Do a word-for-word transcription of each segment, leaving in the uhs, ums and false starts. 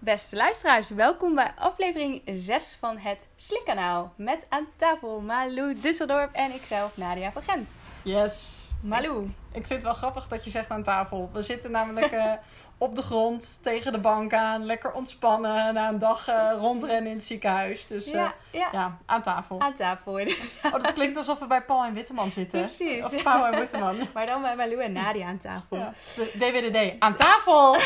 Beste luisteraars, welkom bij aflevering zes van het Slikkanaal. Met aan tafel Malou Dusseldorp en ikzelf, Nadia van Gent. Yes. Malou. Ik, ik vind het wel grappig dat je zegt aan tafel. We zitten namelijk uh, op de grond, tegen de bank aan, lekker ontspannen na een dag uh, rondrennen in het ziekenhuis. Dus uh, ja, ja. ja, aan tafel. Aan tafel. Oh, dat klinkt alsof we bij Paul en Witteman zitten. Precies. Of Paul en Witteman. Maar dan bij Malou en Nadia aan tafel. Ja. D W D D, aan tafel!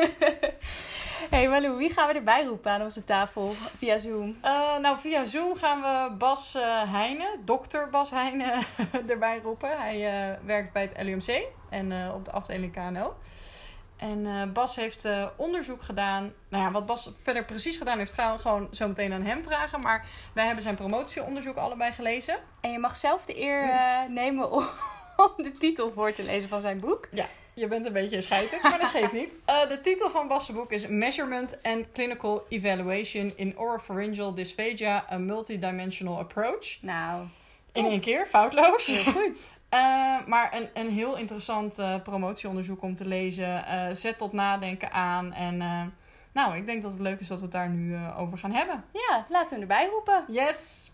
Hey Malou, wie gaan we erbij roepen aan onze tafel via Zoom? Uh, nou, via Zoom gaan we Bas uh, Heijnen, dokter Bas Heijnen, erbij roepen. Hij uh, werkt bij het L U M C en uh, op de afdeling K N O. En uh, Bas heeft uh, onderzoek gedaan. Nou ja, wat Bas verder precies gedaan heeft, gaan we gewoon zo meteen aan hem vragen. Maar wij hebben zijn promotieonderzoek allebei gelezen. En je mag zelf de eer uh, nemen om, om de titel voor te lezen van zijn boek. Ja. Je bent een beetje scheitig, maar dat geeft niet. Uh, de titel van Bas' boek is Measurement and Clinical Evaluation in Oropharyngeal Dysphagia, a Multidimensional Approach. Nou, in één keer, foutloos. Heel goed. Uh, maar een, een heel interessant uh, promotieonderzoek om te lezen. Uh, zet tot nadenken aan. En uh, nou, ik denk dat het leuk is dat we het daar nu uh, over gaan hebben. Ja, laten we hem erbij roepen. Yes!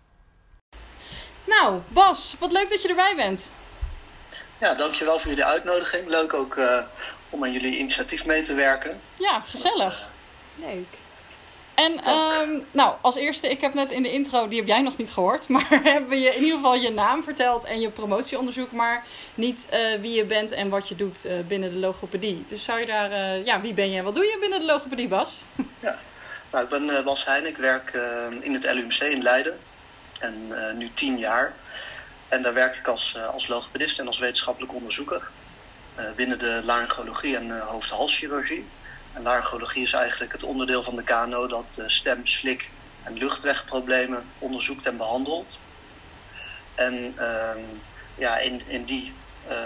Nou, Bas, wat leuk dat je erbij bent. Ja, dankjewel voor jullie uitnodiging. Leuk ook uh, om aan jullie initiatief mee te werken. Ja, gezellig. Dat, uh, Leuk. En um, nou, als eerste, ik heb net in de intro, die heb jij nog niet gehoord, maar hebben je in ieder geval je naam verteld en je promotieonderzoek, maar niet uh, wie je bent en wat je doet uh, binnen de logopedie. Dus zou je daar, uh, ja, wie ben je en wat doe je binnen de logopedie, Bas? Ja, nou, ik ben uh, Bas Heijnen, ik werk uh, in het L U M C in Leiden en uh, nu tien jaar. En daar werk ik als, uh, als logopedist en als wetenschappelijk onderzoeker uh, binnen de laryngologie en uh, hoofd-halschirurgie. En laryngologie is eigenlijk het onderdeel van de K N O dat uh, stem, slik en luchtwegproblemen onderzoekt en behandelt. En uh, ja, in, in, die, uh,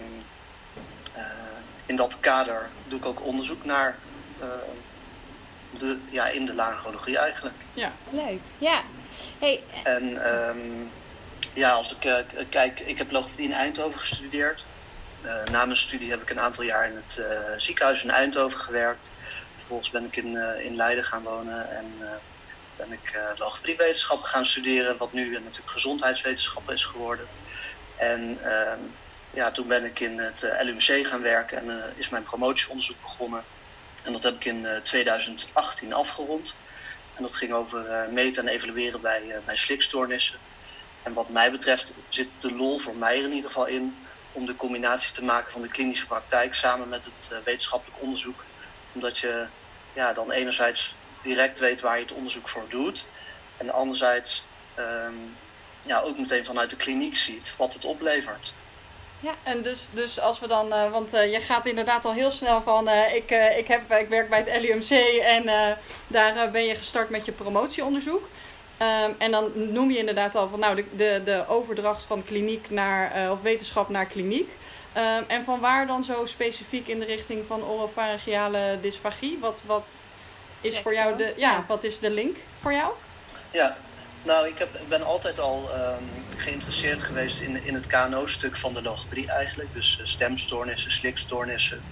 uh, in dat kader doe ik ook onderzoek naar uh, de, ja, in de laryngologie eigenlijk. Ja, leuk. Ja. Hey. En um, ja, als ik uh, kijk, ik heb logopedie in Eindhoven gestudeerd. Uh, na mijn studie heb ik een aantal jaar in het uh, ziekenhuis in Eindhoven gewerkt. Vervolgens ben ik in, uh, in Leiden gaan wonen en uh, ben ik uh, logopediewetenschappen gaan studeren, wat nu uh, natuurlijk gezondheidswetenschappen is geworden. En uh, ja, toen ben ik in het uh, L U M C gaan werken en uh, is mijn promotieonderzoek begonnen. En dat heb ik in uh, twintig achttien afgerond. En dat ging over uh, meten en evalueren bij, uh, bij slikstoornissen. En wat mij betreft zit de lol voor mij er in ieder geval in om de combinatie te maken van de klinische praktijk samen met het uh, wetenschappelijk onderzoek. Omdat je ja, dan enerzijds direct weet waar je het onderzoek voor doet. En anderzijds um, ja, ook meteen vanuit de kliniek ziet wat het oplevert. Ja, en dus, dus als we dan, uh, want uh, je gaat inderdaad al heel snel van, uh, ik, uh, ik, heb, ik werk bij het L U M C en uh, daar uh, ben je gestart met je promotieonderzoek. Um, en dan noem je inderdaad al van nou, de, de, de overdracht van kliniek naar, uh, of wetenschap naar kliniek. Um, en van waar dan zo specifiek in de richting van oropharyngeale dysfagie? Wat, wat is voor jou de, ja, ja, wat is de link voor jou? Ja, nou ik, heb, ik ben altijd al um, geïnteresseerd geweest in, in het K N O-stuk van de logopedie eigenlijk. Dus uh, stemstoornissen, slikstoornissen.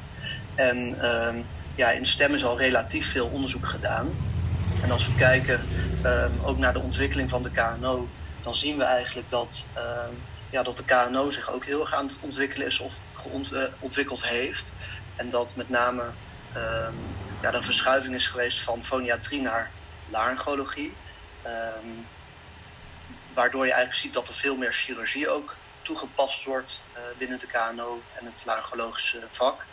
En um, ja, in stem is al relatief veel onderzoek gedaan. En als we kijken um, ook naar de ontwikkeling van de K N O, dan zien we eigenlijk dat, um, ja, dat de K N O zich ook heel erg aan het ontwikkelen is of geontwikkeld heeft. En dat met name um, ja, er een verschuiving is geweest van foniatrie naar laryngologie. Um, waardoor je eigenlijk ziet dat er veel meer chirurgie ook toegepast wordt uh, binnen de K N O en het laryngologische vak.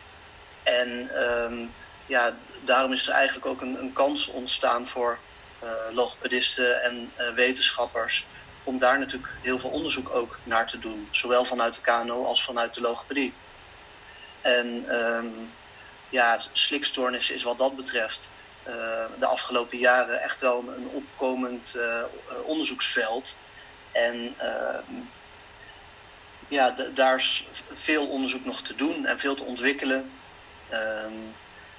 En um, ja, daarom is er eigenlijk ook een, een kans ontstaan voor uh, logopedisten en uh, wetenschappers om daar natuurlijk heel veel onderzoek ook naar te doen. Zowel vanuit de K N O als vanuit de logopedie. En um, ja, slikstoornis is wat dat betreft uh, de afgelopen jaren echt wel een, een opkomend uh, onderzoeksveld. En uh, ja, d- daar is veel onderzoek nog te doen en veel te ontwikkelen. Um,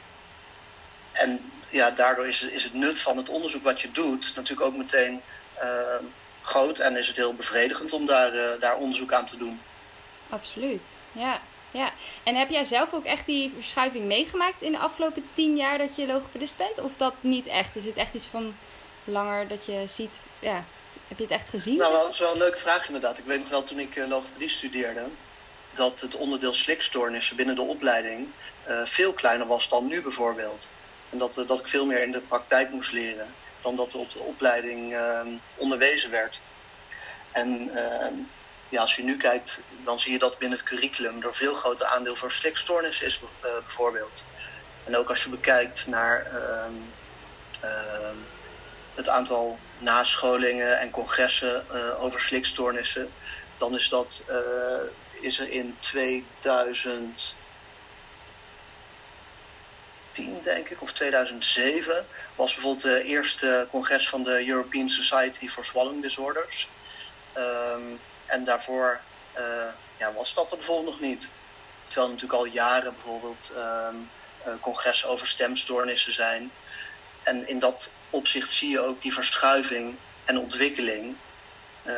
en ja, daardoor is, is het nut van het onderzoek wat je doet natuurlijk ook meteen uh, groot. En is het heel bevredigend om daar, uh, daar onderzoek aan te doen. Absoluut, ja. Ja, en heb jij zelf ook echt die verschuiving meegemaakt in de afgelopen tien jaar dat je logopedist bent? Of dat niet echt? Is het echt iets van langer dat je ziet, ja, heb je het echt gezien? Nou, dat is wel een leuke vraag inderdaad. Ik weet nog wel toen ik uh, logopedie studeerde, dat het onderdeel slikstoornissen binnen de opleiding uh, veel kleiner was dan nu bijvoorbeeld. En dat, uh, dat ik veel meer in de praktijk moest leren dan dat er op de opleiding uh, onderwezen werd. En uh, ja, als je nu kijkt, dan zie je dat binnen het curriculum er een veel groter aandeel voor slikstoornissen is uh, bijvoorbeeld. En ook als je bekijkt naar uh, uh, het aantal nascholingen en congressen uh, over slikstoornissen, dan is dat uh, is er in tweeduizend tien, denk ik, of tweeduizend zeven, was bijvoorbeeld de eerste congres van de European Society for Swallowing Disorders. Um, en daarvoor uh, ja, was dat er bijvoorbeeld nog niet. Terwijl er natuurlijk al jaren bijvoorbeeld um, uh, congressen over stemstoornissen zijn. En in dat opzicht zie je ook die verschuiving en ontwikkeling uh,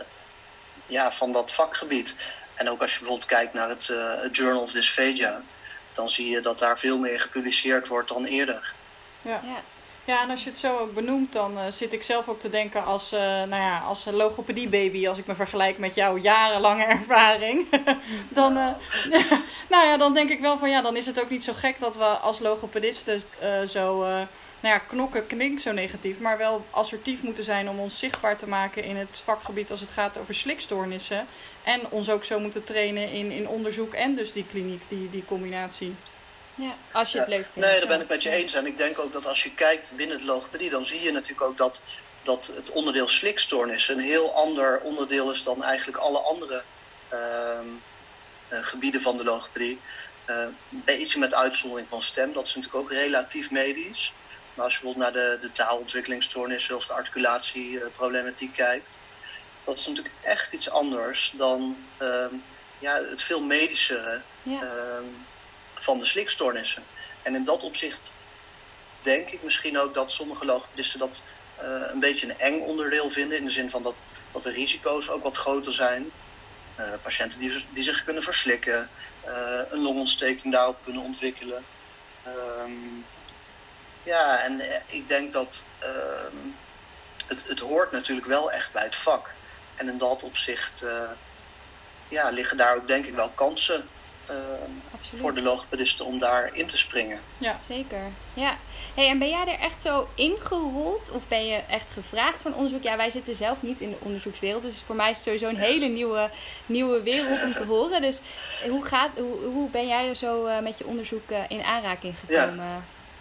ja, van dat vakgebied. En ook als je bijvoorbeeld kijkt naar het uh, Journal of Dysphagia, dan zie je dat daar veel meer gepubliceerd wordt dan eerder. Ja, ja. ja en als je het zo ook benoemt, dan uh, zit ik zelf ook te denken als, uh, nou ja, als logopedie-baby, als ik me vergelijk met jouw jarenlange ervaring. dan, uh, nou ja, dan denk ik wel van ja, dan is het ook niet zo gek dat we als logopedisten uh, zo... Uh, Nou ja, knokken klinkt zo negatief, maar wel assertief moeten zijn om ons zichtbaar te maken in het vakgebied als het gaat over slikstoornissen. En ons ook zo moeten trainen in, in onderzoek en dus die kliniek, die, die combinatie. Ja, als je het ja, leuk vindt. Nee, daar ben ik met je eens. En ik denk ook dat als je kijkt binnen de logopedie, dan zie je natuurlijk ook dat, dat het onderdeel slikstoornissen een heel ander onderdeel is dan eigenlijk alle andere uh, uh, gebieden van de logopedie. Uh, een beetje met uitzondering van stem, dat is natuurlijk ook relatief medisch. Maar als je bijvoorbeeld naar de, de taalontwikkelingsstoornissen of de articulatieproblematiek kijkt, dat is natuurlijk echt iets anders dan uh, ja, het veel medische ja. uh, van de slikstoornissen. En in dat opzicht denk ik misschien ook dat sommige logopedisten dat uh, een beetje een eng onderdeel vinden, in de zin van dat, dat de risico's ook wat groter zijn. Uh, patiënten die, die zich kunnen verslikken, uh, een longontsteking daarop kunnen ontwikkelen. Um, Ja, en ik denk dat uh, het, het hoort natuurlijk wel echt bij het vak. En in dat opzicht uh, ja, liggen daar ook denk ik wel kansen uh, voor de logopedisten om daar in te springen. Ja, zeker. Ja. Hey, en ben jij er echt zo ingerold of ben je echt gevraagd voor een onderzoek? Ja, wij zitten zelf niet in de onderzoekswereld, dus voor mij is het sowieso een hele nieuwe, nieuwe wereld om te horen. Dus hoe, gaat, hoe, hoe ben jij er zo uh, met je onderzoek uh, in aanraking gekomen? Ja.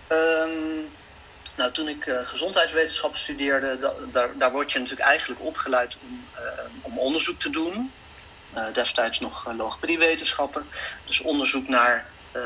Um, nou, toen ik uh, gezondheidswetenschappen studeerde, da- daar, daar word je natuurlijk eigenlijk opgeleid om, uh, om onderzoek te doen. Uh, destijds nog uh, logopediewetenschappen. Dus onderzoek naar uh,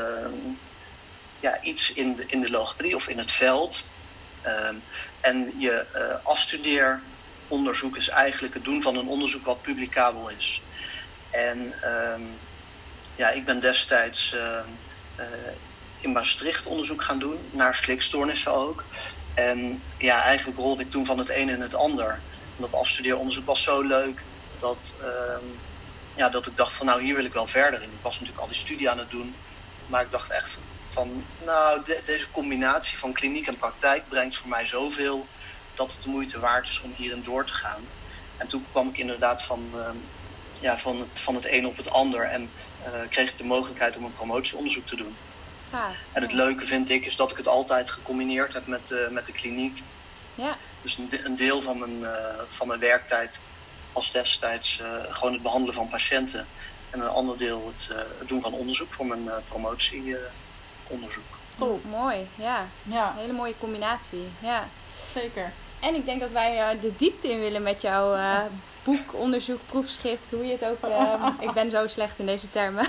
ja, iets in de, in de logopedie of in het veld. Uh, en je uh, afstudeeronderzoek is eigenlijk het doen van een onderzoek wat publicabel is. En uh, ja, ik ben destijds Uh, uh, in Maastricht onderzoek gaan doen, naar slikstoornissen ook. En ja, eigenlijk rolde ik toen van het een in het ander. En dat afstudeeronderzoek was zo leuk dat, uh, ja, dat ik dacht van nou, hier wil ik wel verder in. Ik was natuurlijk al die studie aan het doen, maar ik dacht echt van nou, de, deze combinatie van kliniek en praktijk brengt voor mij zoveel dat het de moeite waard is om hierin door te gaan. En toen kwam ik inderdaad van, uh, ja, van, het, van het een op het ander en uh, kreeg ik de mogelijkheid om een promotieonderzoek te doen. Ah, en het leuke vind ik is dat ik het altijd gecombineerd heb met, uh, met de kliniek. Ja. Dus een, de, een deel van mijn, uh, van mijn werktijd was destijds uh, gewoon het behandelen van patiënten. En een ander deel het, uh, het doen van onderzoek voor mijn uh, promotieonderzoek. Uh, Tof, mooi. Ja. ja, een hele mooie combinatie. Ja, zeker. En ik denk dat wij uh, de diepte in willen met jouw uh, boek, onderzoek, proefschrift, hoe je het ook... Uh, ik ben zo slecht in deze termen.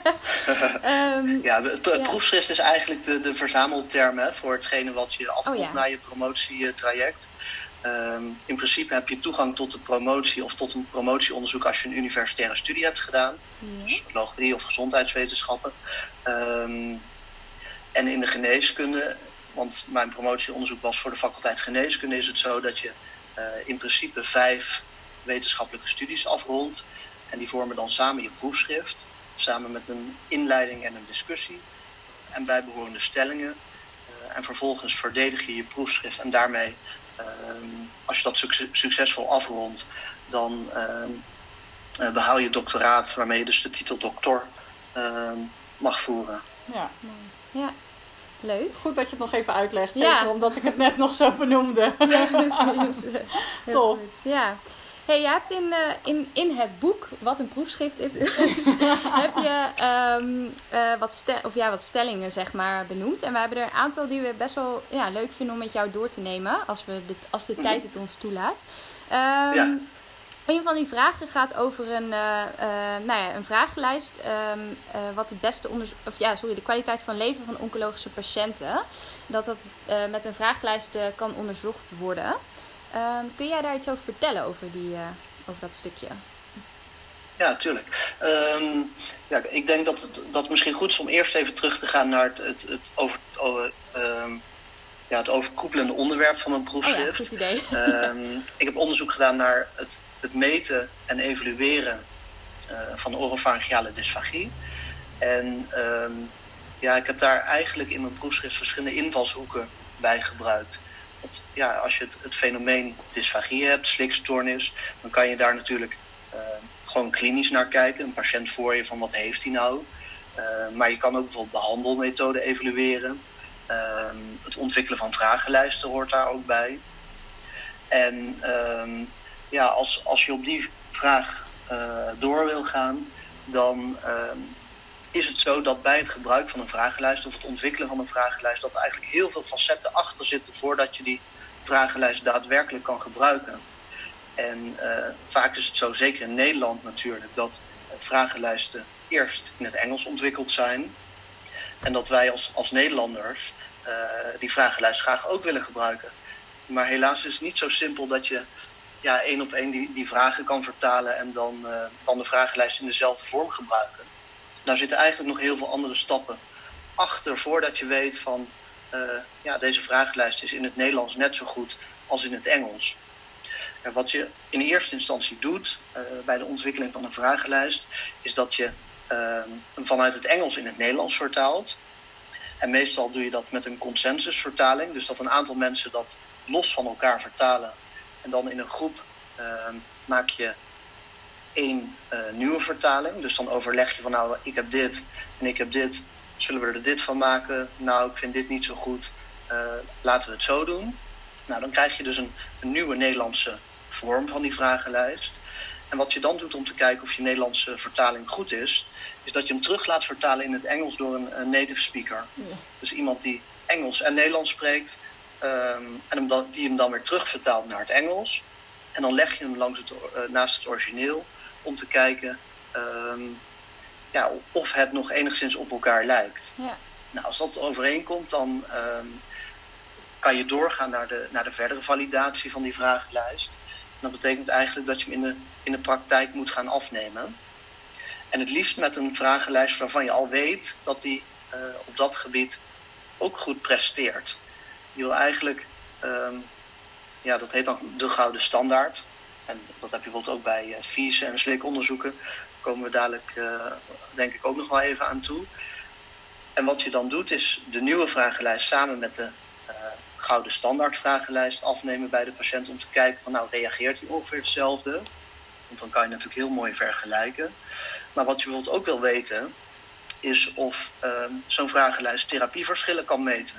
um, ja, het p- ja. proefschrift is eigenlijk de, de verzamelterm hè, voor hetgene wat je afkomt oh, ja. na je promotietraject. Um, in principe heb je toegang tot de promotie of tot een promotieonderzoek als je een universitaire studie hebt gedaan. Ja. Dus logopedie of gezondheidswetenschappen. Um, en in de geneeskunde, want mijn promotieonderzoek was voor de faculteit geneeskunde, is het zo dat je uh, in principe vijf wetenschappelijke studies afrondt. En die vormen dan samen je proefschrift. samen met een inleiding en een discussie en bijbehorende stellingen. Uh, en vervolgens verdedig je je proefschrift en daarmee, uh, als je dat succes- succesvol afrondt, dan uh, uh, behaal je doctoraat waarmee je dus de titel doctor uh, mag voeren. Ja. Ja. Leuk. Goed dat je het nog even uitlegt, Ja. zeker omdat ik het net nog zo benoemde. Ja, precies. Tof. Ja. Hey, je hebt in, uh, in, in het boek, wat een proefschrift is, heb je um, uh, wat, stel, of ja, wat stellingen zeg maar, benoemd. En we hebben er een aantal die we best wel ja, leuk vinden om met jou door te nemen, als, we dit, als de mm-hmm. tijd het ons toelaat. Um, ja. Een van die vragen gaat over een, uh, uh, nou ja, een vragenlijst. Um, uh, wat de beste onderzo- of ja, sorry, de kwaliteit van leven van oncologische patiënten. Dat dat uh, met een vragenlijst uh, kan onderzocht worden. Um, kun jij daar iets over vertellen over, die, uh, over dat stukje? Ja, tuurlijk. Um, ja, ik denk dat het, dat het misschien goed is om eerst even terug te gaan naar het, het, het, over, over, um, ja, het overkoepelende onderwerp van mijn proefschrift. Oh ja, goed idee. um, ik heb onderzoek gedaan naar het, het meten en evalueren uh, van oropharyngeale dysfagie. En um, ja, ik heb daar eigenlijk in mijn proefschrift verschillende invalshoeken bij gebruikt. Want ja, als je het, het fenomeen dysfagie hebt, slikstoornis, dan kan je daar natuurlijk uh, gewoon klinisch naar kijken. Een patiënt voor je van wat heeft hij nou. Uh, maar je kan ook bijvoorbeeld behandelmethoden evalueren. Uh, het ontwikkelen van vragenlijsten hoort daar ook bij. En um, ja, als, als je op die vraag uh, door wil gaan, dan um, is het zo dat bij het gebruik van een vragenlijst of het ontwikkelen van een vragenlijst, dat er eigenlijk heel veel facetten achter zitten voordat je die vragenlijst daadwerkelijk kan gebruiken. En uh, vaak is het zo, zeker in Nederland natuurlijk, dat vragenlijsten eerst in het Engels ontwikkeld zijn. En dat wij als, als Nederlanders uh, die vragenlijst graag ook willen gebruiken. Maar helaas is het niet zo simpel dat je ja, één op één die, die vragen kan vertalen en dan, uh, dan de vragenlijst in dezelfde vorm gebruiken. Daar zitten eigenlijk nog heel veel andere stappen achter voordat je weet van uh, ja, deze vragenlijst is in het Nederlands net zo goed als in het Engels. En wat je in eerste instantie doet uh, bij de ontwikkeling van een vragenlijst is dat je uh, hem vanuit het Engels in het Nederlands vertaalt. En meestal doe je dat met een consensusvertaling, dus dat een aantal mensen dat los van elkaar vertalen. En dan in een groep uh, maak je één uh, nieuwe vertaling. Dus dan overleg je van nou, ik heb dit en ik heb dit. Zullen we er dit van maken? Nou, ik vind dit niet zo goed. Uh, laten we het zo doen. Nou, dan krijg je dus een, een nieuwe Nederlandse vorm van die vragenlijst. En wat je dan doet om te kijken of je Nederlandse vertaling goed is, is dat je hem terug laat vertalen in het Engels door een, een native speaker. Ja. Dus iemand die Engels en Nederlands spreekt. Um, en hem dan, die hem dan weer terugvertaalt naar het Engels. En dan leg je hem langs het, uh, naast het origineel om te kijken um, ja, of het nog enigszins op elkaar lijkt. Ja. Nou, als dat overeenkomt, dan um, kan je doorgaan naar de, naar de verdere validatie van die vragenlijst. En dat betekent eigenlijk dat je hem in de, in de praktijk moet gaan afnemen. En het liefst met een vragenlijst waarvan je al weet dat die uh, op dat gebied ook goed presteert. Je wil eigenlijk, um, ja, dat heet dan de gouden standaard. En dat heb je bijvoorbeeld ook bij uh, V I S en slikonderzoeken. Daar komen we dadelijk, uh, denk ik, ook nog wel even aan toe. En wat je dan doet, is de nieuwe vragenlijst samen met de uh, gouden standaard vragenlijst afnemen bij de patiënt. Om te kijken van, nou, reageert hij ongeveer hetzelfde? Want dan kan je natuurlijk heel mooi vergelijken. Maar wat je bijvoorbeeld ook wil weten, is of um, zo'n vragenlijst therapieverschillen kan meten.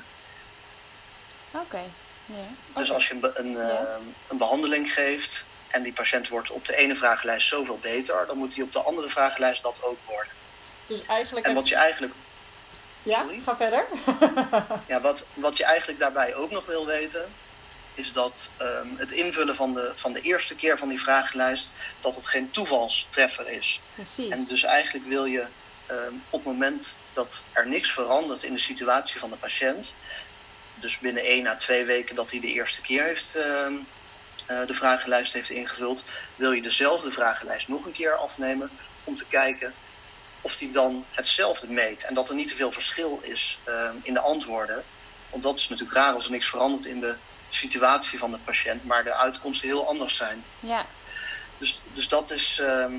Oké. Okay. Yeah. Dus okay. als je een, een, yeah. uh, een behandeling geeft en die patiënt wordt op de ene vragenlijst zoveel beter, dan moet hij op de andere vragenlijst dat ook worden. Dus eigenlijk en wat je eigenlijk... Ja, Sorry? ga verder. ja, wat, wat je eigenlijk daarbij ook nog wil weten, is dat um, het invullen van de, van de eerste keer van die vragenlijst, dat het geen toevalstreffer is. Precies. En dus eigenlijk wil je um, op het moment dat er niks verandert in de situatie van de patiënt, dus binnen één à twee weken dat hij de eerste keer heeft, uh, uh, de vragenlijst heeft ingevuld, wil je dezelfde vragenlijst nog een keer afnemen om te kijken of hij dan hetzelfde meet. En dat er niet te veel verschil is uh, in de antwoorden. Want dat is natuurlijk raar als er niks verandert in de situatie van de patiënt, maar de uitkomsten heel anders zijn. Ja. Dus, dus dat is, uh,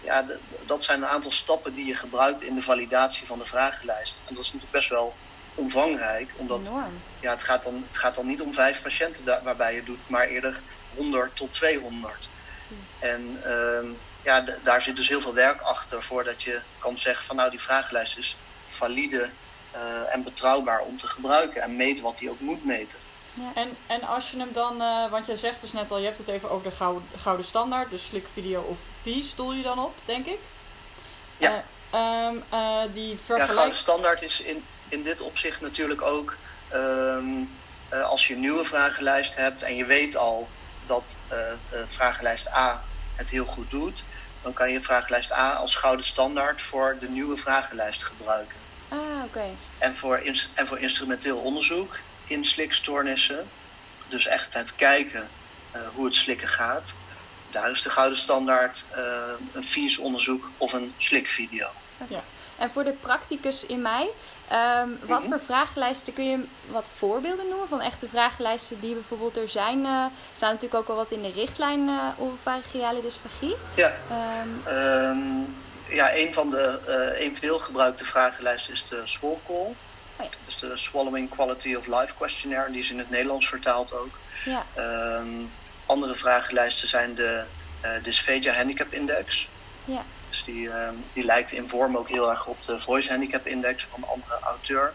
ja, d- dat zijn een aantal stappen die je gebruikt in de validatie van de vragenlijst. En dat is natuurlijk best wel omvangrijk, omdat ja, het, gaat dan, het gaat dan niet om vijf patiënten da- waarbij je het doet, maar eerder honderd tot tweehonderd. En uh, ja, d- daar zit dus heel veel werk achter voordat je kan zeggen van nou, die vragenlijst is valide uh, en betrouwbaar om te gebruiken en meet wat hij ook moet meten. Ja. En, en als je hem dan, uh, want je zegt dus net al, je hebt het even over de gouden, gouden standaard, dus slik video of V I S doel je dan op, denk ik? Ja. Uh, um, uh, die vergelijk... Ja, gouden standaard is in, in dit opzicht natuurlijk ook, um, uh, als je een nieuwe vragenlijst hebt en je weet al dat uh, de vragenlijst A het heel goed doet, dan kan je vragenlijst A als gouden standaard voor de nieuwe vragenlijst gebruiken. Ah, oké. Okay. En voor, ins- en voor instrumenteel onderzoek in slikstoornissen, dus echt het kijken uh, hoe het slikken gaat, daar is de gouden standaard uh, een V I S-onderzoek of een slikvideo. Okay. Ja. En voor de practicus in mij, um, wat mm-hmm. voor vragenlijsten, kun je wat voorbeelden noemen van echte vragenlijsten die bijvoorbeeld er zijn? Er uh, staan natuurlijk ook al wat in de richtlijn uh, oropharyngeale dysfagie. Ja, um, um, ja een van de uh, een veel gebruikte vragenlijsten is de SWOLCAL. Oh ja. Dus de Swallowing Quality of Life Questionnaire, die is in het Nederlands vertaald ook. Ja. Um, andere vragenlijsten zijn de uh, Dysphagia Handicap Index. Ja. Dus die, um, die lijkt in vorm ook heel erg op de Voice Handicap Index van een andere auteur.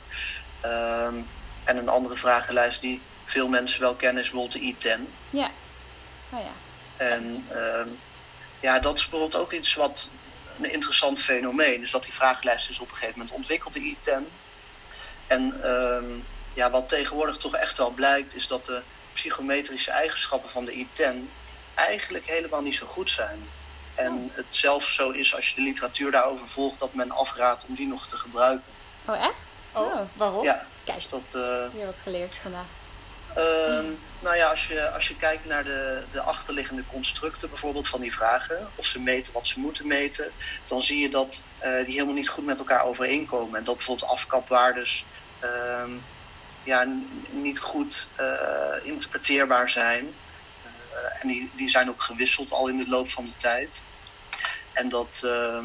Um, en een andere vragenlijst die veel mensen wel kennen is bijvoorbeeld de I tien. Ja. Oh ja. En um, ja, dat is bijvoorbeeld ook iets wat een interessant fenomeen is, dat die vragenlijst is op een gegeven moment ontwikkeld, de I tien. En um, ja, wat tegenwoordig toch echt wel blijkt, is dat de psychometrische eigenschappen van de I tien eigenlijk helemaal niet zo goed zijn. En oh. het zelfs zo is, als je de literatuur daarover volgt, dat men afraadt om die nog te gebruiken. Oh, echt? Oh, oh. Waarom? Ja. Kijk, dus dat, uh, weer wat geleerd vandaag. Uh, nou ja, als je, als je kijkt naar de, de achterliggende constructen bijvoorbeeld van die vragen, of ze meten wat ze moeten meten, dan zie je dat uh, die helemaal niet goed met elkaar overeenkomen. En dat bijvoorbeeld afkapwaardes uh, ja, n- niet goed uh, interpreteerbaar zijn. Uh, en die, die zijn ook gewisseld al in de loop van de tijd. En dat uh,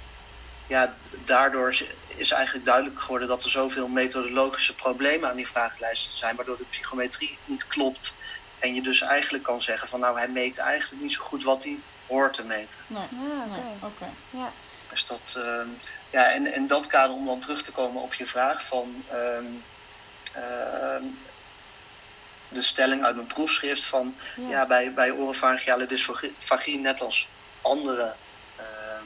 ja, daardoor is eigenlijk duidelijk geworden dat er zoveel methodologische problemen aan die vragenlijsten zijn, waardoor de psychometrie niet klopt. En je dus eigenlijk kan zeggen van nou, hij meet eigenlijk niet zo goed wat hij hoort te meten. Nee, ja, oké. Okay. Okay. Ja. Dus dat, uh, ja, en in dat kader, om dan terug te komen op je vraag van uh, uh, de stelling uit mijn proefschrift van ja, ja bij, bij oropharyngeale dysfagie, net als andere uh,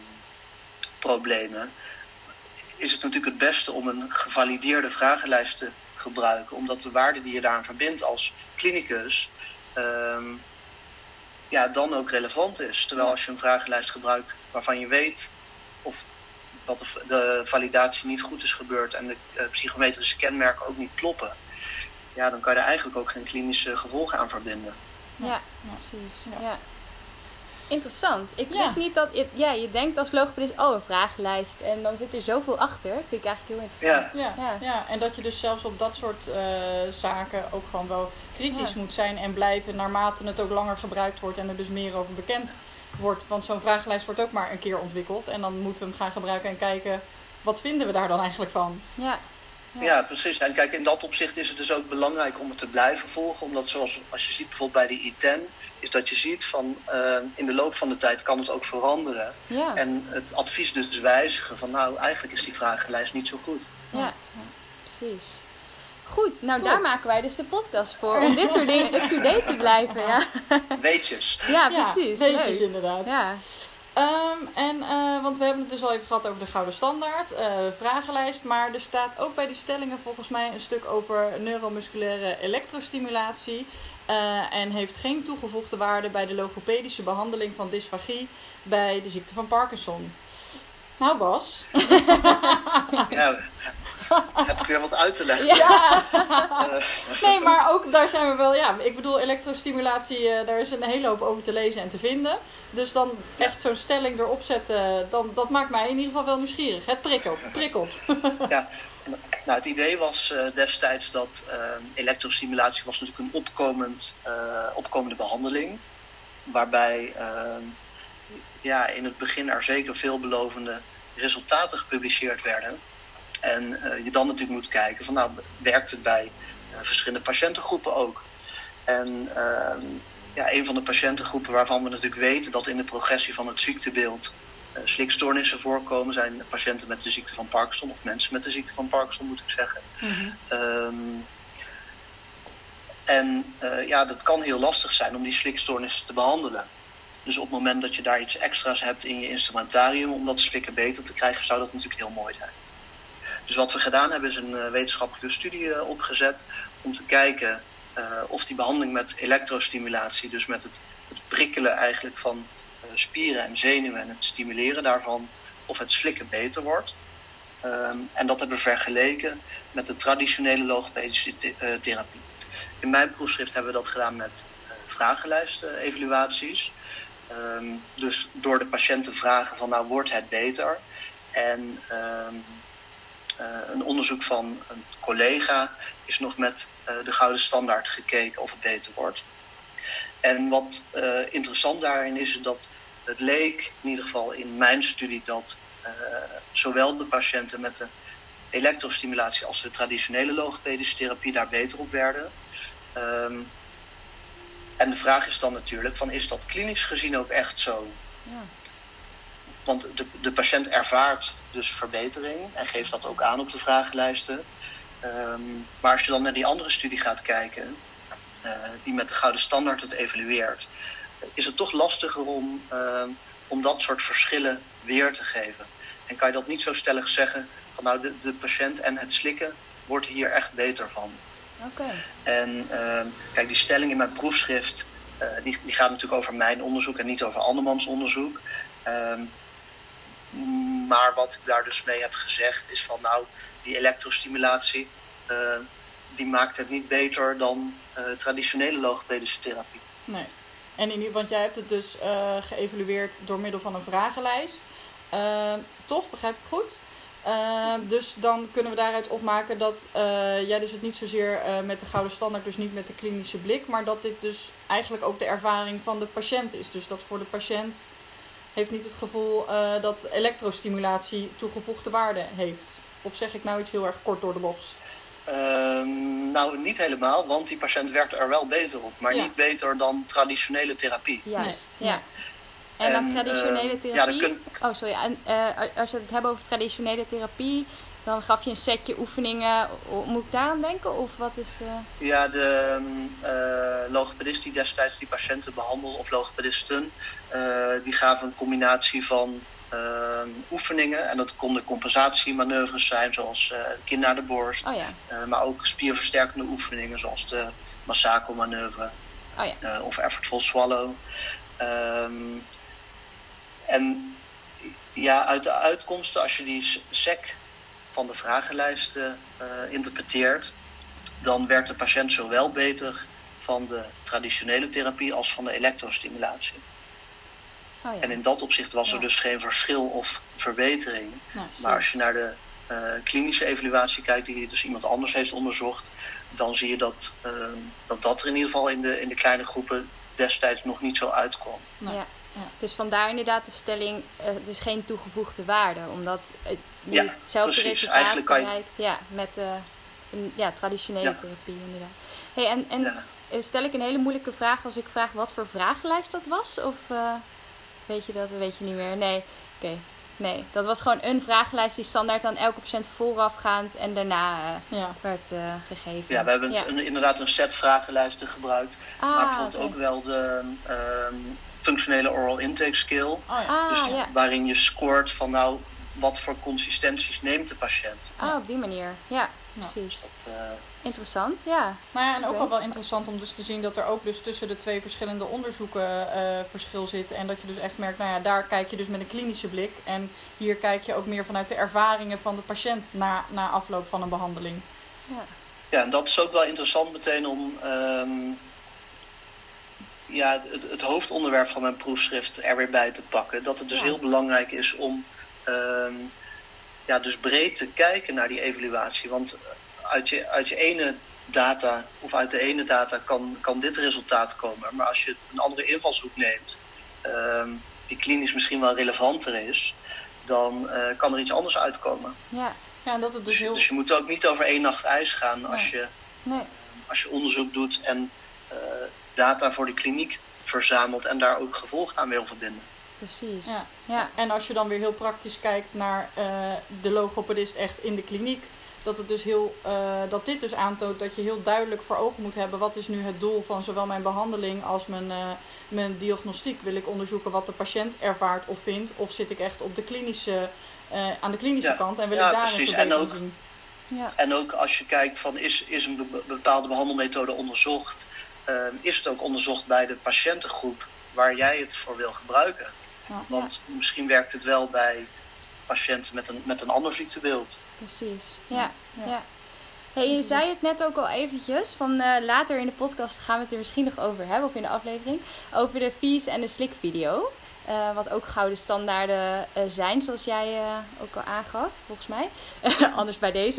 problemen, is het natuurlijk het beste om een gevalideerde vragenlijst te gebruiken, omdat de waarde die je daaraan verbindt als klinicus um, ja, dan ook relevant is. Terwijl als je een vragenlijst gebruikt waarvan je weet of dat de, de validatie niet goed is gebeurd en de uh, psychometrische kenmerken ook niet kloppen, ja, dan kan je er eigenlijk ook geen klinische gevolgen aan verbinden. Ja, ja, precies. Ja. Ja. Interessant. Ik ja. wist niet dat... Je, ja, je denkt als logopedist, oh, een vragenlijst. En dan zit er zoveel achter. Vind ik eigenlijk heel interessant. Ja, ja, ja. ja. En dat je dus zelfs op dat soort uh, zaken ook gewoon wel kritisch ja. moet zijn en blijven naarmate het ook langer gebruikt wordt en er dus meer over bekend wordt. Want zo'n vragenlijst wordt ook maar een keer ontwikkeld. En dan moeten we hem gaan gebruiken en kijken, wat vinden we daar dan eigenlijk van? Ja. Ja. ja, precies. En kijk, in dat opzicht is het dus ook belangrijk om het te blijven volgen. Omdat zoals als je ziet bijvoorbeeld bij de I tien, is dat je ziet van uh, in de loop van de tijd kan het ook veranderen. Ja. En het advies dus wijzigen van nou, eigenlijk is die vragenlijst niet zo goed. Ja, ja. Precies. Goed, nou Top. Daar maken wij dus de podcast voor. Om dit soort dingen up-to-date te blijven. Ja. Weetjes. Ja, precies. Ja, weetjes inderdaad. Ja. Um, en, uh, want we hebben het dus al even gehad over de gouden standaard, uh, vragenlijst. Maar er staat ook bij die stellingen volgens mij een stuk over neuromusculaire elektrostimulatie. Uh, en heeft geen toegevoegde waarde bij de logopedische behandeling van dysfagie bij de ziekte van Parkinson. Nou Bas. Ja, heb ik weer wat uit te leggen. Ja. Nee, maar ook daar zijn we wel, ja, ik bedoel elektrostimulatie, uh, daar is een hele hoop over te lezen en te vinden. Dus dan echt zo'n stelling erop zetten, dan, dat maakt mij in ieder geval wel nieuwsgierig. Het prikkelt. prikkelt. Ja, nou het idee was uh, destijds dat uh, elektrostimulatie was natuurlijk een opkomend, uh, opkomende behandeling. Waarbij uh, ja, in het begin er zeker veelbelovende resultaten gepubliceerd werden. En uh, je dan natuurlijk moet kijken van nou, werkt het bij uh, verschillende patiëntengroepen ook? En uh, ja, een van de patiëntengroepen waarvan we natuurlijk weten dat in de progressie van het ziektebeeld uh, slikstoornissen voorkomen, zijn patiënten met de ziekte van Parkinson, of mensen met de ziekte van Parkinson moet ik zeggen. Mm-hmm. Um, en uh, ja, dat kan heel lastig zijn om die slikstoornissen te behandelen. Dus op het moment dat je daar iets extra's hebt in je instrumentarium om dat slikken beter te krijgen, zou dat natuurlijk heel mooi zijn. Dus wat we gedaan hebben is een uh, wetenschappelijke studie uh, opgezet om te kijken uh, of die behandeling met elektrostimulatie, dus met het, het prikkelen eigenlijk van uh, spieren en zenuwen en het stimuleren daarvan, of het slikken beter wordt. Um, en dat hebben we vergeleken met de traditionele logopedische te- uh, therapie. In mijn proefschrift hebben we dat gedaan met uh, vragenlijst-evaluaties. Um, dus door de patiënt te vragen van nou, wordt het beter? En um, uh, een onderzoek van een collega is nog met uh, de gouden standaard gekeken of het beter wordt. En wat uh, interessant daarin is dat het leek, in ieder geval in mijn studie, dat uh, zowel de patiënten met de elektrostimulatie als de traditionele logopedische therapie daar beter op werden. Um, en de vraag is dan natuurlijk, van, is dat klinisch gezien ook echt zo? Ja. Want de, de patiënt ervaart dus verbetering en geeft dat ook aan op de vragenlijsten. Um, maar als je dan naar die andere studie gaat kijken, uh, die met de gouden standaard het evalueert, is het toch lastiger om, uh, om dat soort verschillen weer te geven. En kan je dat niet zo stellig zeggen, van nou de, de patiënt en het slikken wordt hier echt beter van. Okay. En uh, kijk, die stelling in mijn proefschrift, uh, die, die gaat natuurlijk over mijn onderzoek en niet over andermans onderzoek. Um, maar wat ik daar dus mee heb gezegd is van nou, die elektrostimulatie, uh, die maakt het niet beter dan uh, traditionele logopedische therapie. Nee. En in, want jij hebt het dus uh, geëvalueerd door middel van een vragenlijst. Uh, toch, begrijp ik goed? Uh, dus dan kunnen we daaruit opmaken dat uh, jij dus het niet zozeer uh, met de gouden standaard, dus niet met de klinische blik, maar dat dit dus eigenlijk ook de ervaring van de patiënt is. Dus dat voor de patiënt heeft niet het gevoel uh, dat elektrostimulatie toegevoegde waarde heeft. Of zeg ik nou iets heel erg kort door de bocht? Uh, nou, niet helemaal, want die patiënt werkt er wel beter op, maar ja. niet beter dan traditionele therapie. Juist, nee. ja. En dan traditionele uh, therapie. Ja, kun... Oh, sorry. En, uh, als we het hebben over traditionele therapie, dan gaf je een setje oefeningen. Moet ik daaraan denken? Of wat is. Uh... Ja, de uh, logopedist die destijds die patiënten behandelde, of logopedisten, uh, die gaven een combinatie van uh, oefeningen. En dat konden compensatiemanoeuvres zijn, zoals uh, kin naar de borst. Oh, ja. uh, maar ook spierversterkende oefeningen, zoals de Masako-manoeuvre oh, ja. uh, of effortful swallow. Um, En ja, uit de uitkomsten, als je die S E C van de vragenlijsten uh, interpreteert, dan werd de patiënt zowel beter van de traditionele therapie als van de elektrostimulatie. Oh ja. En in dat opzicht was er ja. dus geen verschil of verbetering. Nou, maar als je naar de uh, klinische evaluatie kijkt, die dus iemand anders heeft onderzocht, dan zie je dat uh, dat, dat er in ieder geval in de, in de kleine groepen destijds nog niet zo uitkwam. Nou. Ja. Ja. Dus vandaar inderdaad de stelling, uh, het is geen toegevoegde waarde. Omdat het niet ja, hetzelfde precies. resultaat bereikt je... ja, met uh, een ja, traditionele ja. therapie inderdaad. Hey, en en ja. stel ik een hele moeilijke vraag als ik vraag wat voor vragenlijst dat was? Of uh, weet je dat? Weet je niet meer? Nee, oké. Okay. Nee, dat was gewoon een vragenlijst die standaard aan elke patiënt voorafgaand en daarna uh, ja. werd uh, gegeven. Ja, we hebben ja. een, inderdaad een set vragenlijsten gebruikt. Ah, maar bijvoorbeeld okay. ook wel de... Um, functionele oral intake skill. Oh, ja. Dus ah, ja. waarin je scoort van nou, wat voor consistenties neemt de patiënt. Ah, op die manier. Ja, ja. precies. Dat, uh... Interessant, ja. Nou ja, en ook okay. wel wel interessant om dus te zien dat er ook dus tussen de twee verschillende onderzoeken uh, verschil zit. En dat je dus echt merkt, nou ja, daar kijk je dus met een klinische blik. En hier kijk je ook meer vanuit de ervaringen van de patiënt na, na afloop van een behandeling. Ja. Ja, en dat is ook wel interessant meteen om... Um, Ja, het, het hoofdonderwerp van mijn proefschrift er weer bij te pakken. Dat het dus ja. heel belangrijk is om um, ja, dus breed te kijken naar die evaluatie. Want uit je, uit je ene data, of uit de ene data kan, kan dit resultaat komen. Maar als je het een andere invalshoek neemt, um, die klinisch misschien wel relevanter is, dan uh, kan er iets anders uitkomen. Ja, ja en dat het dus, dus heel... Dus je moet ook niet over één nacht ijs gaan als, nee. je, nee. als je onderzoek doet en uh, data voor de kliniek verzamelt en daar ook gevolgen aan wil verbinden. Precies. Ja. Ja. En als je dan weer heel praktisch kijkt naar uh, de logopedist echt in de kliniek, dat, het dus heel, uh, dat dit dus aantoont dat je heel duidelijk voor ogen moet hebben wat is nu het doel van zowel mijn behandeling als mijn, uh, mijn diagnostiek. Wil ik onderzoeken wat de patiënt ervaart of vindt, of zit ik echt op de klinische, uh, aan de klinische ja. kant en wil ja, ik daar precies. een verbetering en ook, zien. Ja. En ook als je kijkt van is, is een be- bepaalde behandelmethode onderzocht, uh, is het ook onderzocht bij de patiëntengroep waar jij het voor wil gebruiken. Ja. Want ja. misschien werkt het wel bij patiënten met een, met een ander ziektebeeld. Precies, ja. ja. ja. Hey, je zei het net ook al eventjes, van uh, later in de podcast gaan we het er misschien nog over hebben, of in de aflevering, over de Fees en de Slick video. Uh, wat ook gouden standaarden uh, zijn, zoals jij uh, ook al aangaf, volgens mij. Anders bij deze.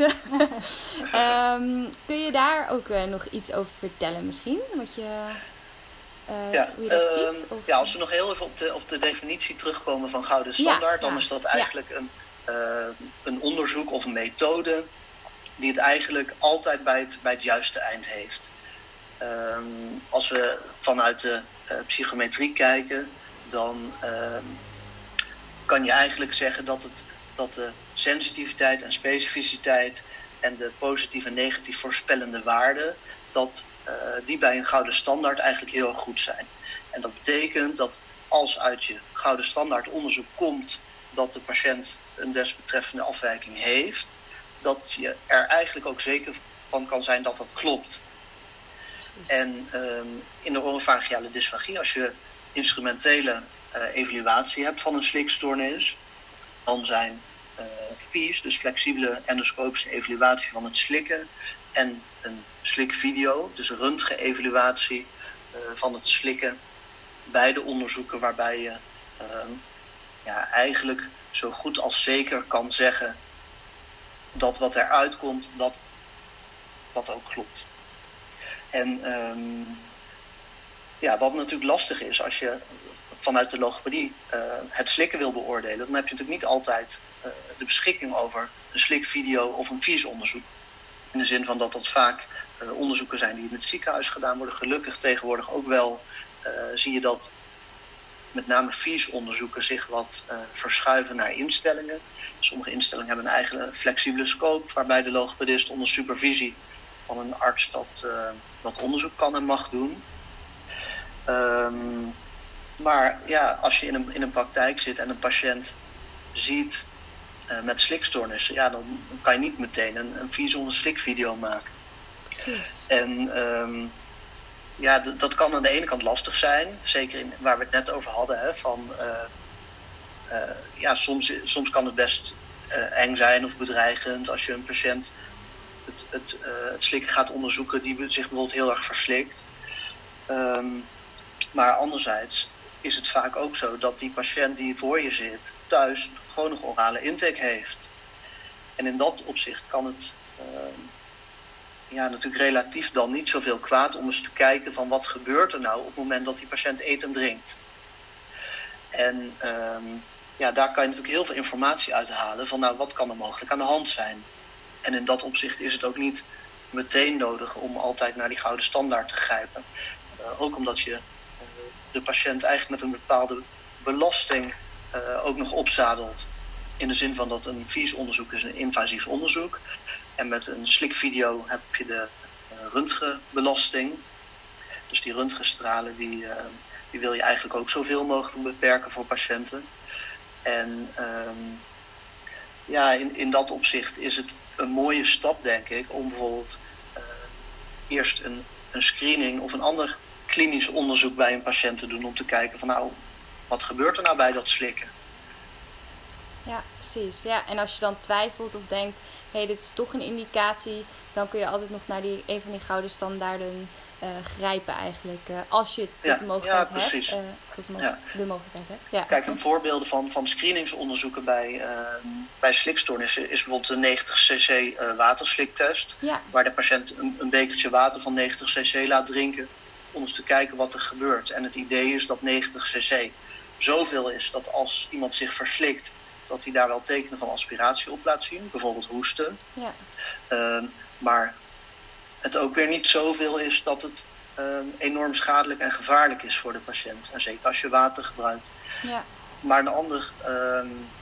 um, kun je daar ook uh, nog iets over vertellen misschien? Wat je, uh, ja, hoe je dat uh, ziet? Of... Ja, als we nog heel even op de, op de definitie terugkomen van gouden standaard, ja, dan is dat eigenlijk ja. een, uh, een onderzoek of een methode die het eigenlijk altijd bij het, bij het juiste eind heeft. Um, als we vanuit de uh, psychometrie kijken, dan uh, kan je eigenlijk zeggen dat, het, dat de sensitiviteit en specificiteit en de positief en negatief voorspellende waarden, dat uh, die bij een gouden standaard eigenlijk heel goed zijn. En dat betekent dat als uit je gouden standaard onderzoek komt dat de patiënt een desbetreffende afwijking heeft, dat je er eigenlijk ook zeker van kan zijn dat dat klopt. En um, in de orofaringeale dysfagie, als je instrumentele uh, evaluatie hebt van een slikstoornis, dan zijn uh, F I E's, dus flexibele endoscopische evaluatie van het slikken, en een slikvideo, dus een röntgen-evaluatie uh, van het slikken, beide onderzoeken waarbij je uh, ja, eigenlijk zo goed als zeker kan zeggen dat wat eruit komt, dat dat ook klopt. En um, ja, wat natuurlijk lastig is als je vanuit de logopedie uh, het slikken wil beoordelen, dan heb je natuurlijk niet altijd uh, de beschikking over een slikvideo of een F I E S-onderzoek. In de zin van dat dat vaak uh, onderzoeken zijn die in het ziekenhuis gedaan worden. Gelukkig tegenwoordig ook wel uh, zie je dat met name F I E S-onderzoeken zich wat uh, verschuiven naar instellingen. Sommige instellingen hebben een eigen flexibele scope, waarbij de logopedist onder supervisie van een arts dat, uh, dat onderzoek kan en mag doen. Um, maar ja, als je in een, in een praktijk zit en een patiënt ziet uh, met slikstoornissen, ja, dan, dan kan je niet meteen een, een F I E S onder slikvideo maken. Precies. En um, ja, d- dat kan aan de ene kant lastig zijn, zeker in, waar we het net over hadden, hè, van uh, uh, ja, soms, soms kan het best uh, eng zijn of bedreigend als je een patiënt het, het, uh, het slikken gaat onderzoeken die zich bijvoorbeeld heel erg verslikt. Um, maar anderzijds is het vaak ook zo dat die patiënt die voor je zit thuis gewoon nog orale intake heeft. En in dat opzicht kan het uh, ja, natuurlijk relatief dan niet zoveel kwaad om eens te kijken van wat gebeurt er nou op het moment dat die patiënt eet en drinkt. En um, ja, daar kan je natuurlijk heel veel informatie uit halen van nou, wat kan er mogelijk aan de hand zijn. En in dat opzicht is het ook niet meteen nodig om altijd naar die gouden standaard te grijpen. Uh, ook omdat je uh, de patiënt eigenlijk met een bepaalde belasting uh, ook nog opzadelt. In de zin van dat een F I E S-onderzoek is een invasief onderzoek. En met een slikvideo heb je de uh, röntgenbelasting. Dus die röntgenstralen die, uh, die wil je eigenlijk ook zoveel mogelijk beperken voor patiënten. En um, ja, in, in dat opzicht is het een mooie stap, denk ik, om bijvoorbeeld uh, eerst een, een screening of een ander klinisch onderzoek bij een patiënt te doen om te kijken van nou, wat gebeurt er nou bij dat slikken? Ja, precies. Ja, en als je dan twijfelt of denkt, hé, hey, dit is toch een indicatie, dan kun je altijd nog naar die, een van die gouden standaarden uh, grijpen eigenlijk. Uh, als je ja, tot de mogelijkheid ja, hebt. Uh, tot de, mo- ja. de mogelijkheid hebt. Ja. Kijk, een voorbeelden van, van screeningsonderzoeken bij, uh, bij slikstoornissen is bijvoorbeeld de negentig cc uh, watersliktest. Ja. Waar de patiënt een, een bekertje water van negentig cc laat drinken om eens te kijken wat er gebeurt. En het idee is dat negentig cc zoveel is dat als iemand zich verslikt, dat hij daar wel tekenen van aspiratie op laat zien. Bijvoorbeeld hoesten. Ja. Uh, maar het ook weer niet zoveel is dat het uh, enorm schadelijk en gevaarlijk is voor de patiënt. En zeker als je water gebruikt. Ja. Maar een ander, uh,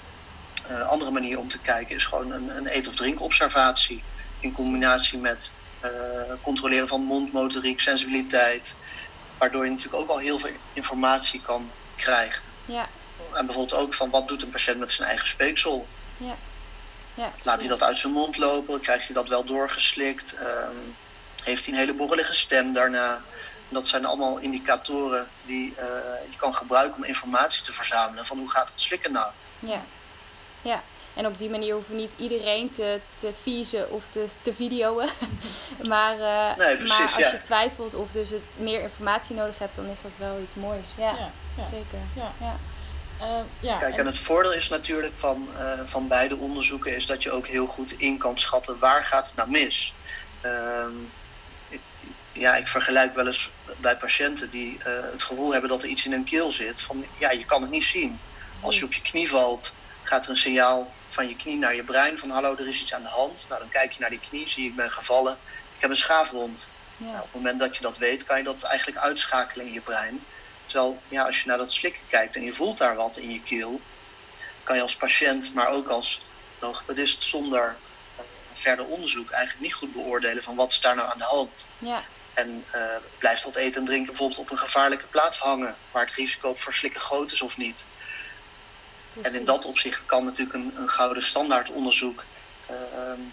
uh, andere manier om te kijken is gewoon een, een eet- of drinkobservatie. In combinatie met uh, controleren van mondmotoriek, sensibiliteit. Waardoor je natuurlijk ook al heel veel informatie kan krijgen. Ja. En bijvoorbeeld ook van wat doet een patiënt met zijn eigen speeksel. Ja. Ja, laat hij dat uit zijn mond lopen? Krijgt hij dat wel doorgeslikt? Um, heeft hij een hele borrelige stem daarna? Dat zijn allemaal indicatoren die uh, je kan gebruiken om informatie te verzamelen. Van hoe gaat het slikken nou? Ja, ja. En op die manier hoeven we niet iedereen te, te viezen of te, te videoen. maar, uh, nee, precies, maar als ja. je twijfelt of dus het meer informatie nodig hebt, dan is dat wel iets moois. Ja, ja, ja. zeker. Ja. Ja. Uh, ja, Kijk, en... en het voordeel is natuurlijk van, uh, van beide onderzoeken is dat je ook heel goed in kan schatten waar gaat het nou mis. Uh, ik, ja, ik vergelijk wel eens bij patiënten die uh, het gevoel hebben dat er iets in hun keel zit. Van, ja, je kan het niet zien. Als je op je knie valt, gaat er een signaal van je knie naar je brein van hallo, er is iets aan de hand. Nou, dan kijk je naar die knie, zie je, ik ben gevallen, ik heb een schaafwond. Ja. Nou, op het moment dat je dat weet, kan je dat eigenlijk uitschakelen in je brein. Terwijl, ja, als je naar dat slikken kijkt en je voelt daar wat in je keel, kan je als patiënt, maar ook als logopedist zonder uh, verder onderzoek eigenlijk niet goed beoordelen van wat is daar nou aan de hand. Ja. En uh, blijft dat eten en drinken bijvoorbeeld op een gevaarlijke plaats hangen, waar het risico op verslikken groot is of niet. Precies. En in dat opzicht kan natuurlijk een, een gouden standaard onderzoek uh, um,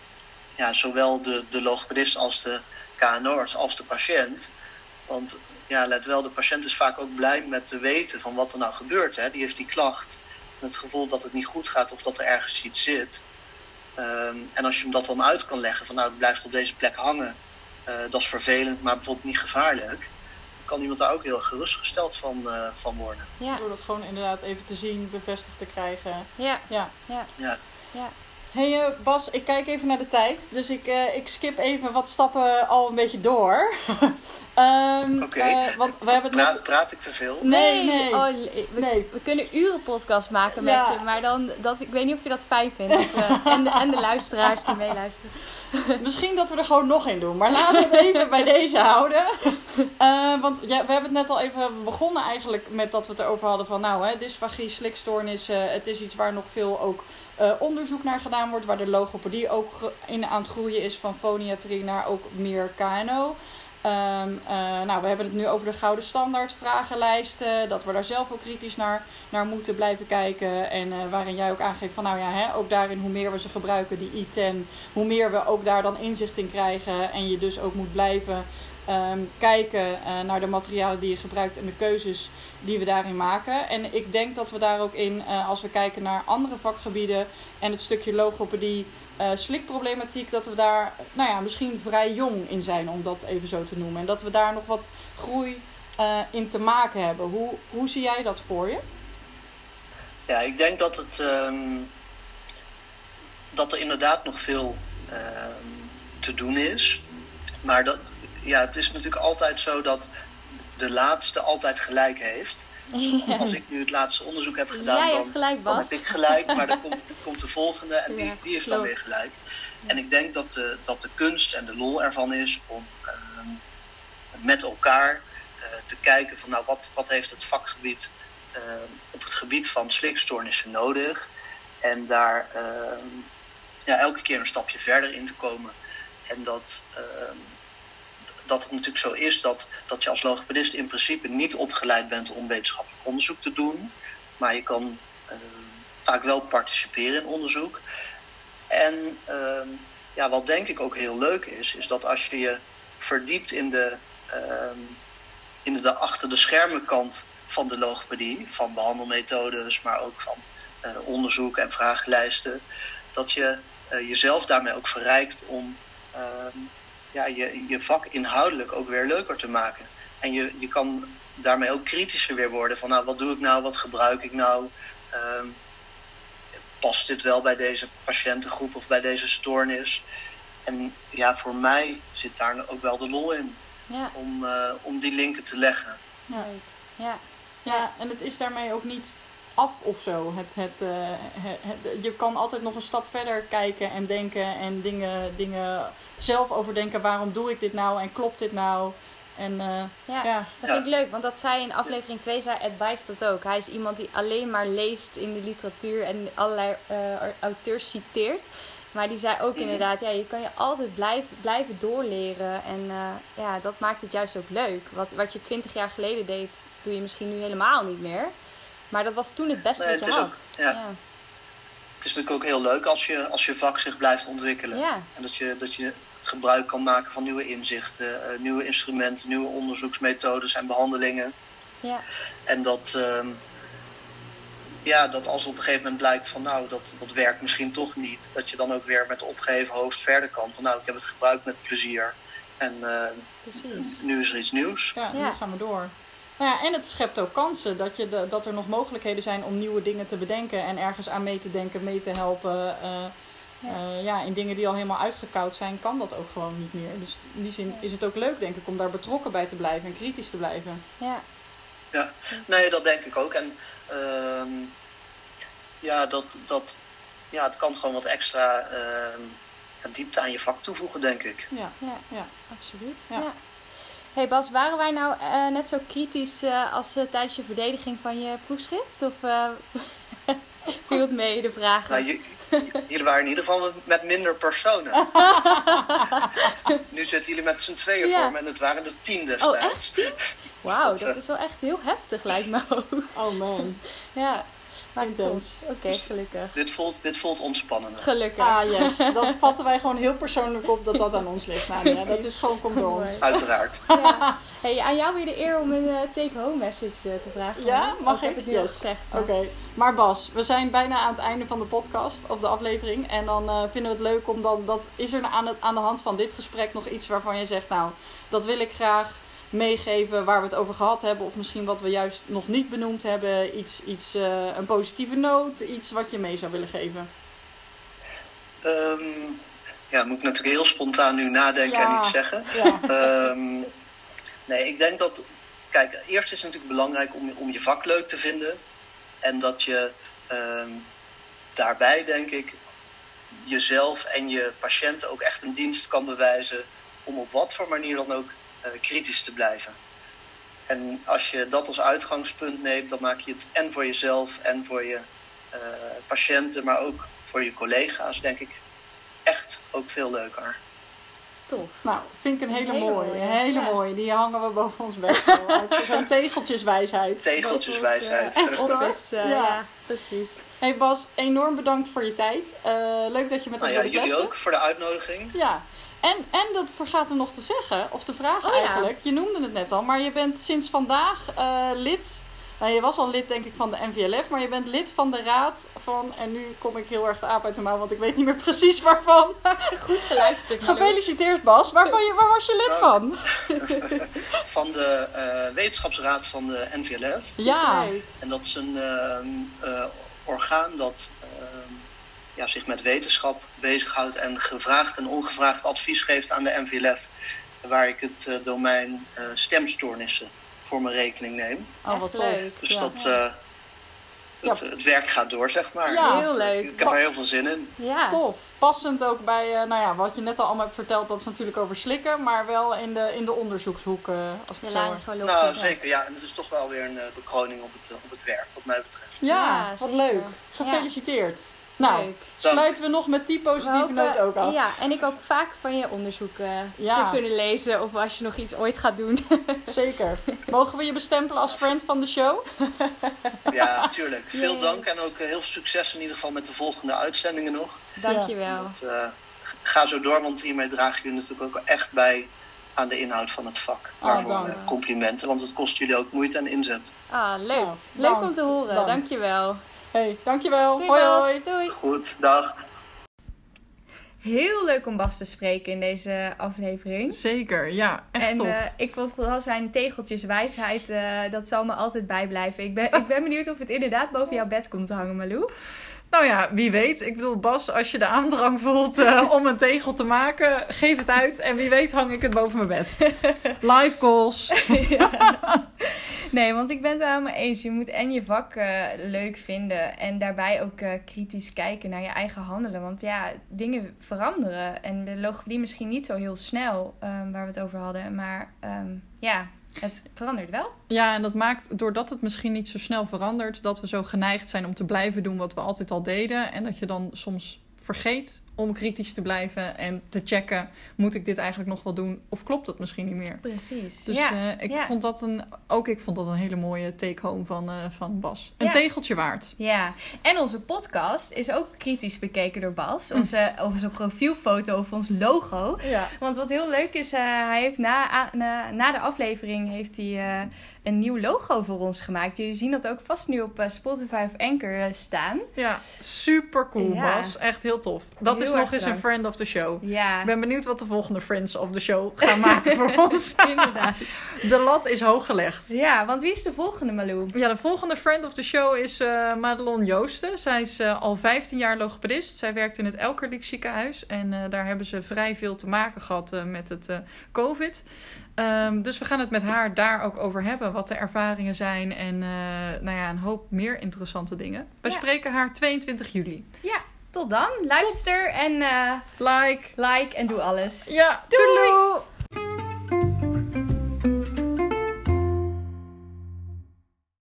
ja, zowel de, de logopedist als de K N O-arts als de patiënt. Want ja, let wel, de patiënt is vaak ook blij met te weten van wat er nou gebeurt. Hè. Die heeft die klacht en het gevoel dat het niet goed gaat of dat er ergens iets zit. Um, en als je hem dat dan uit kan leggen van nou, het blijft op deze plek hangen. Uh, dat is vervelend, maar bijvoorbeeld niet gevaarlijk. Kan iemand daar ook heel gerustgesteld van, uh, van worden. Ja. Door dat gewoon inderdaad even te zien, bevestigd te krijgen. Ja. Ja. Ja. Ja. Ja. Hey uh, Bas, ik kijk even naar de tijd. Dus ik, uh, ik skip even wat stappen al een beetje door. um, Oké. Okay. Uh, want we hebben het praat, net... praat ik te veel? Nee, nee. Oh, we, nee. we kunnen uren podcast maken met ja. je. Maar dan, dat, ik weet niet of je dat fijn vindt. Dat, uh, en, de, en de luisteraars die meeluisteren. Misschien dat we er gewoon nog in doen. Maar laten we het even bij deze houden. Uh, want ja, we hebben het net al even begonnen eigenlijk met dat we het erover hadden van... Nou, hè, dysfagie, slikstoornissen. Het is iets waar nog veel ook uh, onderzoek naar gedaan wordt. Waar de logopedie ook in aan het groeien is van foniatrie naar ook meer K N O. Um, uh, nou, we hebben het nu over de gouden standaard vragenlijsten. Dat we daar zelf ook kritisch naar, naar moeten blijven kijken. En uh, waarin jij ook aangeeft van nou ja, hè, ook daarin hoe meer we ze gebruiken, die I tien, hoe meer we ook daar dan inzicht in krijgen. En je dus ook moet blijven um, kijken uh, naar de materialen die je gebruikt en de keuzes die we daarin maken. En ik denk dat we daar ook in, uh, als we kijken naar andere vakgebieden en het stukje logopedie, Uh, slikproblematiek, dat we daar nou ja, misschien vrij jong in zijn, om dat even zo te noemen. En dat we daar nog wat groei uh, in te maken hebben. Hoe, hoe zie jij dat voor je? Ja, ik denk dat het um, dat er inderdaad nog veel um, te doen is. Maar dat, ja, het is natuurlijk altijd zo dat de laatste altijd gelijk heeft. Ja. Als ik nu het laatste onderzoek heb gedaan, Jij dan, hebt gelijk, Bas. dan heb ik gelijk, maar dan komt, komt de volgende en die, Ja, die heeft klopt. dan weer gelijk. En ik denk dat de, dat de kunst en de lol ervan is om uh, met elkaar uh, te kijken van nou, wat, wat heeft het vakgebied uh, op het gebied van slikstoornissen nodig. En daar uh, ja, elke keer een stapje verder in te komen. En dat... Uh, dat het natuurlijk zo is dat, dat je als logopedist in principe niet opgeleid bent om wetenschappelijk onderzoek te doen. Maar je kan uh, vaak wel participeren in onderzoek. En uh, ja, wat denk ik ook heel leuk is, is dat als je je verdiept in de, uh, in de, de achter de schermen kant van de logopedie, van behandelmethodes, maar ook van uh, onderzoek en vragenlijsten, dat je uh, jezelf daarmee ook verrijkt om... Uh, Ja, je, je vak inhoudelijk ook weer leuker te maken. En je, je kan daarmee ook kritischer weer worden van nou, wat doe ik nou, wat gebruik ik nou? Um, past dit wel bij deze patiëntengroep of bij deze stoornis? En ja, voor mij zit daar ook wel de lol in. Ja. Om, uh, om die linken te leggen. Ja. Ja. Ja, en het is daarmee ook niet af of zo. Het, het, uh, het, het, je kan altijd nog een stap verder kijken en denken en dingen, dingen zelf overdenken. Waarom doe ik dit nou en klopt dit nou? En, uh, ja, ja, dat vind ik leuk, want dat zei in aflevering twee, zei Ed Bijs dat ook. Hij is iemand die alleen maar leest in de literatuur en allerlei uh, auteurs citeert. Maar die zei ook inderdaad, ja, je kan je altijd blijven, blijven doorleren. En uh, ja, dat maakt het juist ook leuk. Wat, wat je twintig jaar geleden deed, doe je misschien nu helemaal niet meer. Maar dat was toen het beste nee, wat je het had. Ook, ja. Ja. Het is natuurlijk ook heel leuk als je, als je vak zich blijft ontwikkelen. Ja. En dat je, dat je gebruik kan maken van nieuwe inzichten, uh, nieuwe instrumenten, nieuwe onderzoeksmethodes en behandelingen. Ja. En dat, uh, ja, dat als op een gegeven moment blijkt van nou, dat, dat werkt misschien toch niet. Dat je dan ook weer met opgeheven hoofd verder kan. Van nou, ik heb het gebruikt met plezier. En uh, nu is er iets nieuws. Ja, nu ja. gaan we door. Nou ja, en het schept ook kansen. Dat, je de, dat er nog mogelijkheden zijn om nieuwe dingen te bedenken. En ergens aan mee te denken, mee te helpen. Uh, ja. Uh, ja, in dingen die al helemaal uitgekoud zijn, kan dat ook gewoon niet meer. Dus in die zin is het ook leuk, denk ik, om daar betrokken bij te blijven en kritisch te blijven. Ja, ja. Nee, dat denk ik ook. En uh, ja, dat, dat, ja, het kan gewoon wat extra uh, diepte aan je vak toevoegen, denk ik. Ja, ja. ja. absoluut. Ja. Ja. Hey Bas, waren wij nou uh, net zo kritisch uh, als uh, tijdens je verdediging van je proefschrift? Of uh, viel het mee, de vragen? Nou, je, jullie waren in ieder geval met minder personen. Nu zitten jullie met z'n tweeën ja. voor me en het waren er tien destijds. Oh, echt tien? Wauw, dat is wel echt heel heftig, lijkt me ook. Oh man. Ja. Intens. Oké, okay, gelukkig. Dit voelt, dit voelt ontspannend. Gelukkig. Ah, yes. Dat vatten wij gewoon heel persoonlijk op dat dat aan ons ligt. Nou, ja, dat is gewoon komt door ons. Uiteraard. Ja. Hey, aan jou weer de eer om een uh, take-home message uh, te vragen. Ja, mag ik? ik? heb het niet yes. gezegd. Maar... Oké. Okay. Maar Bas, we zijn bijna aan het einde van de podcast of de aflevering. En dan uh, vinden we het leuk om dan... Dat, is er aan, het, aan de hand van dit gesprek nog iets waarvan je zegt... Nou, dat wil ik graag meegeven waar we het over gehad hebben. Of misschien wat we juist nog niet benoemd hebben. Iets, iets, uh, een positieve noot. Iets wat je mee zou willen geven. Um, ja, moet ik natuurlijk heel spontaan nu nadenken ja. en iets zeggen. Ja. Um, nee, ik denk dat... Kijk, eerst is het natuurlijk belangrijk om, om je vak leuk te vinden. En dat je um, daarbij, denk ik, jezelf en je patiënten ook echt een dienst kan bewijzen. Om op wat voor manier dan ook Uh, kritisch te blijven. En als je dat als uitgangspunt neemt, dan maak je het en voor jezelf en voor je uh, patiënten, maar ook voor je collega's, denk ik, echt ook veel leuker. Tof. Nou, vind ik een hele, hele mooie. mooie. Een hele ja. mooie. Die hangen we boven ons bed. Zo'n tegeltjeswijsheid. Tegeltjeswijsheid. Ons, uh, office, uh, ja. ja, precies. Hey Bas, enorm bedankt voor je tijd. Uh, leuk dat je met ons nou ja, wilde jullie kletsen. ook voor de uitnodiging. Ja. En, en dat vergaat er nog te zeggen, of te vragen oh, eigenlijk. Ja. Je noemde het net al, maar je bent sinds vandaag uh, lid. Nou, je was al lid denk ik van de N V L F, maar je bent lid van de raad van... En nu kom ik heel erg de aap uit de mouw, want ik weet niet meer precies waarvan. Goed geluisterd. Gefeliciteerd Bas. Waarvan je, waar was je lid van? Van de uh, wetenschapsraad van de N V L F. Ja. En dat is een uh, uh, orgaan dat... Uh, Ja, zich met wetenschap bezighoudt en gevraagd en ongevraagd advies geeft aan de N V L F. Waar ik het uh, domein uh, stemstoornissen voor mijn rekening neem. Oh, wat tof. Dus ja. dat, uh, het, ja. het werk gaat door, zeg maar. Ja, heel dat, leuk. Ik, ik heb er heel veel zin in. Ja. Tof. Passend ook bij, uh, nou ja, wat je net al allemaal hebt verteld, dat is natuurlijk over slikken, maar wel in de, in de onderzoekshoek, uh, als ik ja, het zo hoor. Nou, zeker. Ja, en het is toch wel weer een uh, bekroning op het, uh, op het werk, wat mij betreft. Ja, ja wat zeker. leuk. Gefeliciteerd. Ja. Nou, leuk. sluiten we nog met die positieve hopen, noot ook af. Ja, en ik hoop vaak van je onderzoek uh, ja. te kunnen lezen. Of als je nog iets ooit gaat doen. Zeker. Mogen we je bestempelen als friend van de show? Ja, natuurlijk. Veel Yay. dank en ook uh, heel veel succes in ieder geval met de volgende uitzendingen nog. Dankjewel. Dat, uh, ga zo door, want hiermee dragen jullie natuurlijk ook echt bij aan de inhoud van het vak. Waarvoor oh, uh, complimenten, want het kost jullie ook moeite en inzet. Ah, leuk. Oh, leuk dank, om te horen. dank. Dankjewel. Hey, dankjewel. Doei, hoi Bas. hoi. Doei. Goed, dag. Heel leuk om Bas te spreken in deze aflevering. Zeker, ja. Echt en tof. Uh, ik vond vooral zijn tegeltjeswijsheid, uh, dat zal me altijd bijblijven. Ik ben, ik ben benieuwd of het inderdaad boven jouw bed komt te hangen, Malou. Nou ja, wie weet. Ik bedoel, Bas, als je de aandrang voelt uh, om een tegel te maken, geef het uit. En wie weet hang ik het boven mijn bed. Live goals. Ja. Nee, want ik ben het wel helemaal eens. Je moet en je vak uh, leuk vinden en daarbij ook uh, kritisch kijken naar je eigen handelen. Want ja, dingen veranderen. En de logopedie misschien niet zo heel snel, um, waar we het over hadden. Maar um, ja, het verandert wel. Ja, en dat maakt, doordat het misschien niet zo snel verandert, dat we zo geneigd zijn om te blijven doen wat we altijd al deden. En dat je dan soms vergeet om kritisch te blijven en te checken, moet ik dit eigenlijk nog wel doen of klopt het misschien niet meer? Precies. Dus ja. uh, ik ja. vond dat een, ook ik vond dat een hele mooie take-home van, uh, van Bas. Een ja. tegeltje waard. Ja, en onze podcast is ook kritisch bekeken door Bas. Onze, onze profielfoto of ons logo. Ja. Want wat heel leuk is, uh, hij heeft na, a, na, na de aflevering heeft hij uh, een nieuw logo voor ons gemaakt. Jullie zien dat ook vast nu op uh, Spotify of Anchor uh, staan. Ja, super cool ja. Bas. Echt heel tof. Dat heel is nog eens een friend of the show. Ja. Ik ben benieuwd wat de volgende friends of the show gaan maken voor ons. Inderdaad. De lat is hoog gelegd. Ja, want wie is de volgende, Malou? Ja, de volgende friend of the show is uh, Madelon Joosten. Zij is uh, al vijftien jaar logopedist. Zij werkt in het Elkerdiek ziekenhuis. En uh, daar hebben ze vrij veel te maken gehad uh, met het uh, COVID. Um, dus we gaan het met haar daar ook over hebben. Wat de ervaringen zijn. En uh, nou ja, een hoop meer interessante dingen. We ja. spreken haar tweeëntwintig juli. Ja, tot dan. Luister Tot. en uh, like. like en doe alles. Ja, doei! Doei.